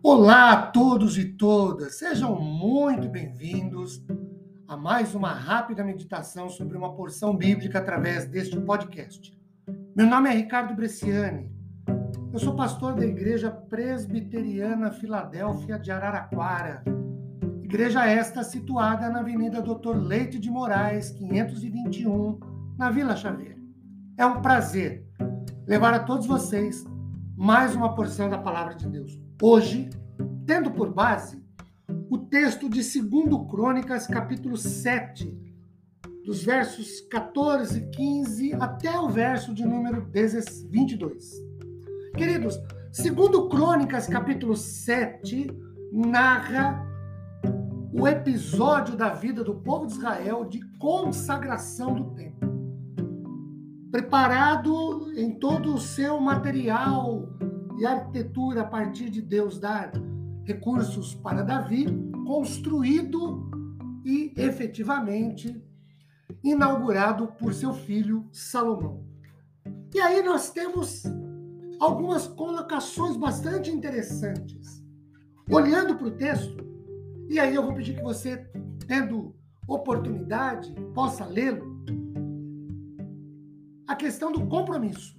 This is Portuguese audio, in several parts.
Olá a todos e todas, sejam muito bem-vindos a mais uma rápida meditação sobre uma porção bíblica através deste podcast. Meu nome é Ricardo Bresciani, eu sou pastor da Igreja Presbiteriana Filadélfia de Araraquara, igreja esta situada na Avenida Dr. Leite de Moraes, 521, na Vila Xavier. É um prazer levar a todos vocês mais uma porção da Palavra de Deus. Hoje, tendo por base o texto de 2 Crônicas, capítulo 7, dos versos 14, 15 até o verso de número 22. Queridos, 2 Crônicas, capítulo 7, narra o episódio da vida do povo de Israel de consagração do templo. Preparado em todo o seu material e arquitetura a partir de Deus dar recursos para Davi, construído e efetivamente inaugurado por seu filho Salomão. E aí nós temos algumas colocações bastante interessantes. Olhando para o texto, e aí eu vou pedir que você, tendo oportunidade, possa lê-lo, a questão do compromisso.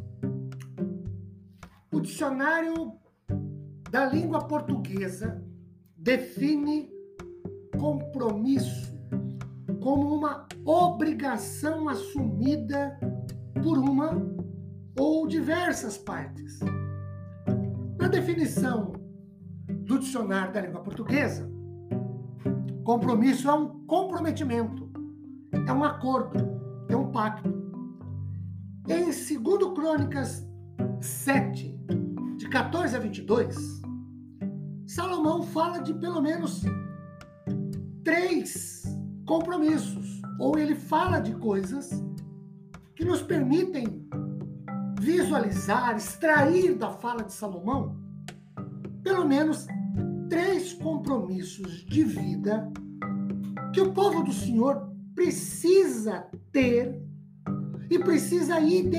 O dicionário da língua portuguesa define compromisso como uma obrigação assumida por uma ou diversas partes. Na definição do dicionário da língua portuguesa, compromisso é um comprometimento, é um acordo, é um pacto. Em 2 Crônicas 7, de 14 a 22, Salomão fala de pelo menos 3 compromissos, ou ele fala de coisas que nos permitem visualizar, extrair da fala de Salomão, pelo menos 3 compromissos de vida que o povo do Senhor precisa ter e precisa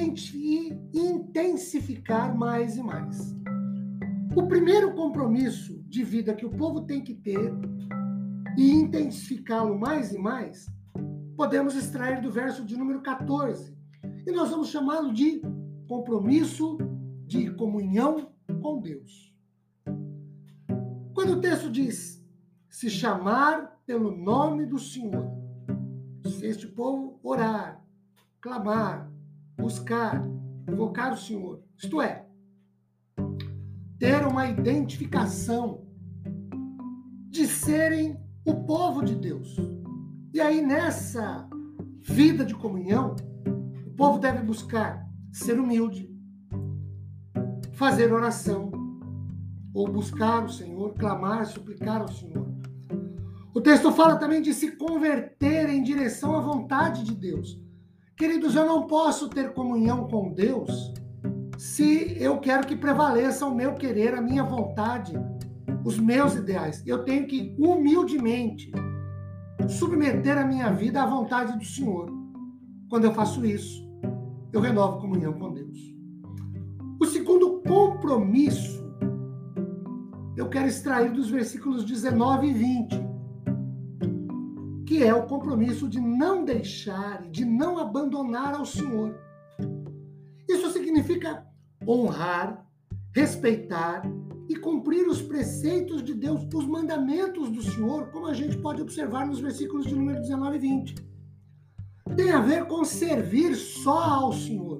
intensificar mais e mais. O primeiro compromisso de vida que o povo tem que ter e intensificá-lo mais e mais, podemos extrair do verso de número 14. E nós vamos chamá-lo de compromisso de comunhão com Deus. Quando o texto diz, se chamar pelo nome do Senhor, se este povo orar, clamar, buscar, invocar o Senhor, isto é, ter uma identificação de serem o povo de Deus. E aí, nessa vida de comunhão, o povo deve buscar ser humilde, fazer oração, ou buscar o Senhor, clamar, suplicar ao Senhor. O texto fala também de se converter em direção à vontade de Deus. Queridos, eu não posso ter comunhão com Deus se eu quero que prevaleça o meu querer, a minha vontade, os meus ideais. Eu tenho que humildemente submeter a minha vida à vontade do Senhor. Quando eu faço isso, eu renovo comunhão com Deus. O segundo compromisso, eu quero extrair dos versículos 19 e 20. Que é o compromisso de não deixar e de não abandonar ao Senhor. Isso significa honrar, respeitar e cumprir os preceitos de Deus, os mandamentos do Senhor, como a gente pode observar nos versículos de número 19 e 20. Tem a ver com servir só ao Senhor.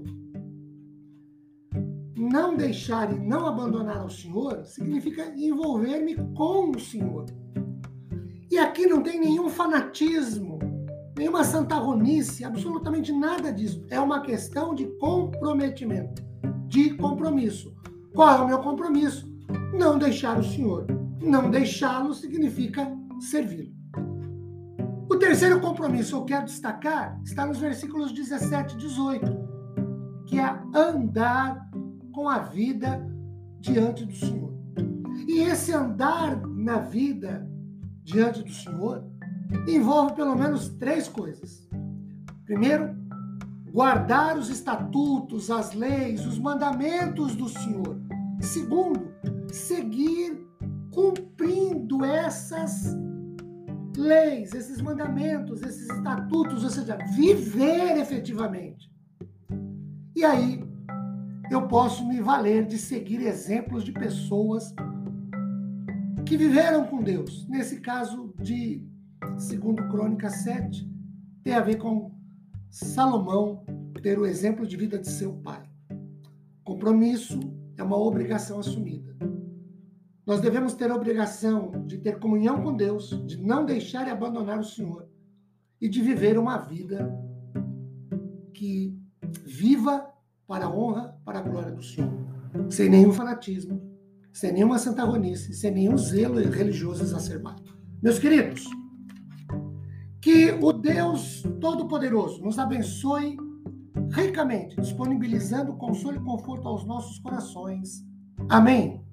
Não deixar e não abandonar ao Senhor significa envolver-me com o Senhor. E aqui não tem nenhum fanatismo, nenhuma santarronice, absolutamente nada disso. É uma questão de comprometimento, de compromisso. Qual é o meu compromisso? Não deixar o Senhor. Não deixá-lo significa servi-lo. O terceiro compromisso que eu quero destacar está nos versículos 17 e 18, que é andar com a vida diante do Senhor. E esse andar na vida diante do Senhor envolve pelo menos 3 coisas. Primeiro, guardar os estatutos, as leis, os mandamentos do Senhor. Segundo, seguir cumprindo essas leis, esses mandamentos, esses estatutos, ou seja, viver efetivamente. E aí eu posso me valer de seguir exemplos de pessoas que viveram com Deus. Nesse caso de 2 Crônicas 7, tem a ver com Salomão ter o exemplo de vida de seu pai. Compromisso é uma obrigação assumida. Nós devemos ter a obrigação de ter comunhão com Deus, de não deixar e abandonar o Senhor e de viver uma vida que viva para a honra, para a glória do Senhor, sem nenhum fanatismo, sem nenhuma santarronice, sem nenhum zelo religioso exacerbado. Meus queridos, que o Deus Todo-Poderoso nos abençoe ricamente, disponibilizando consolo e conforto aos nossos corações. Amém.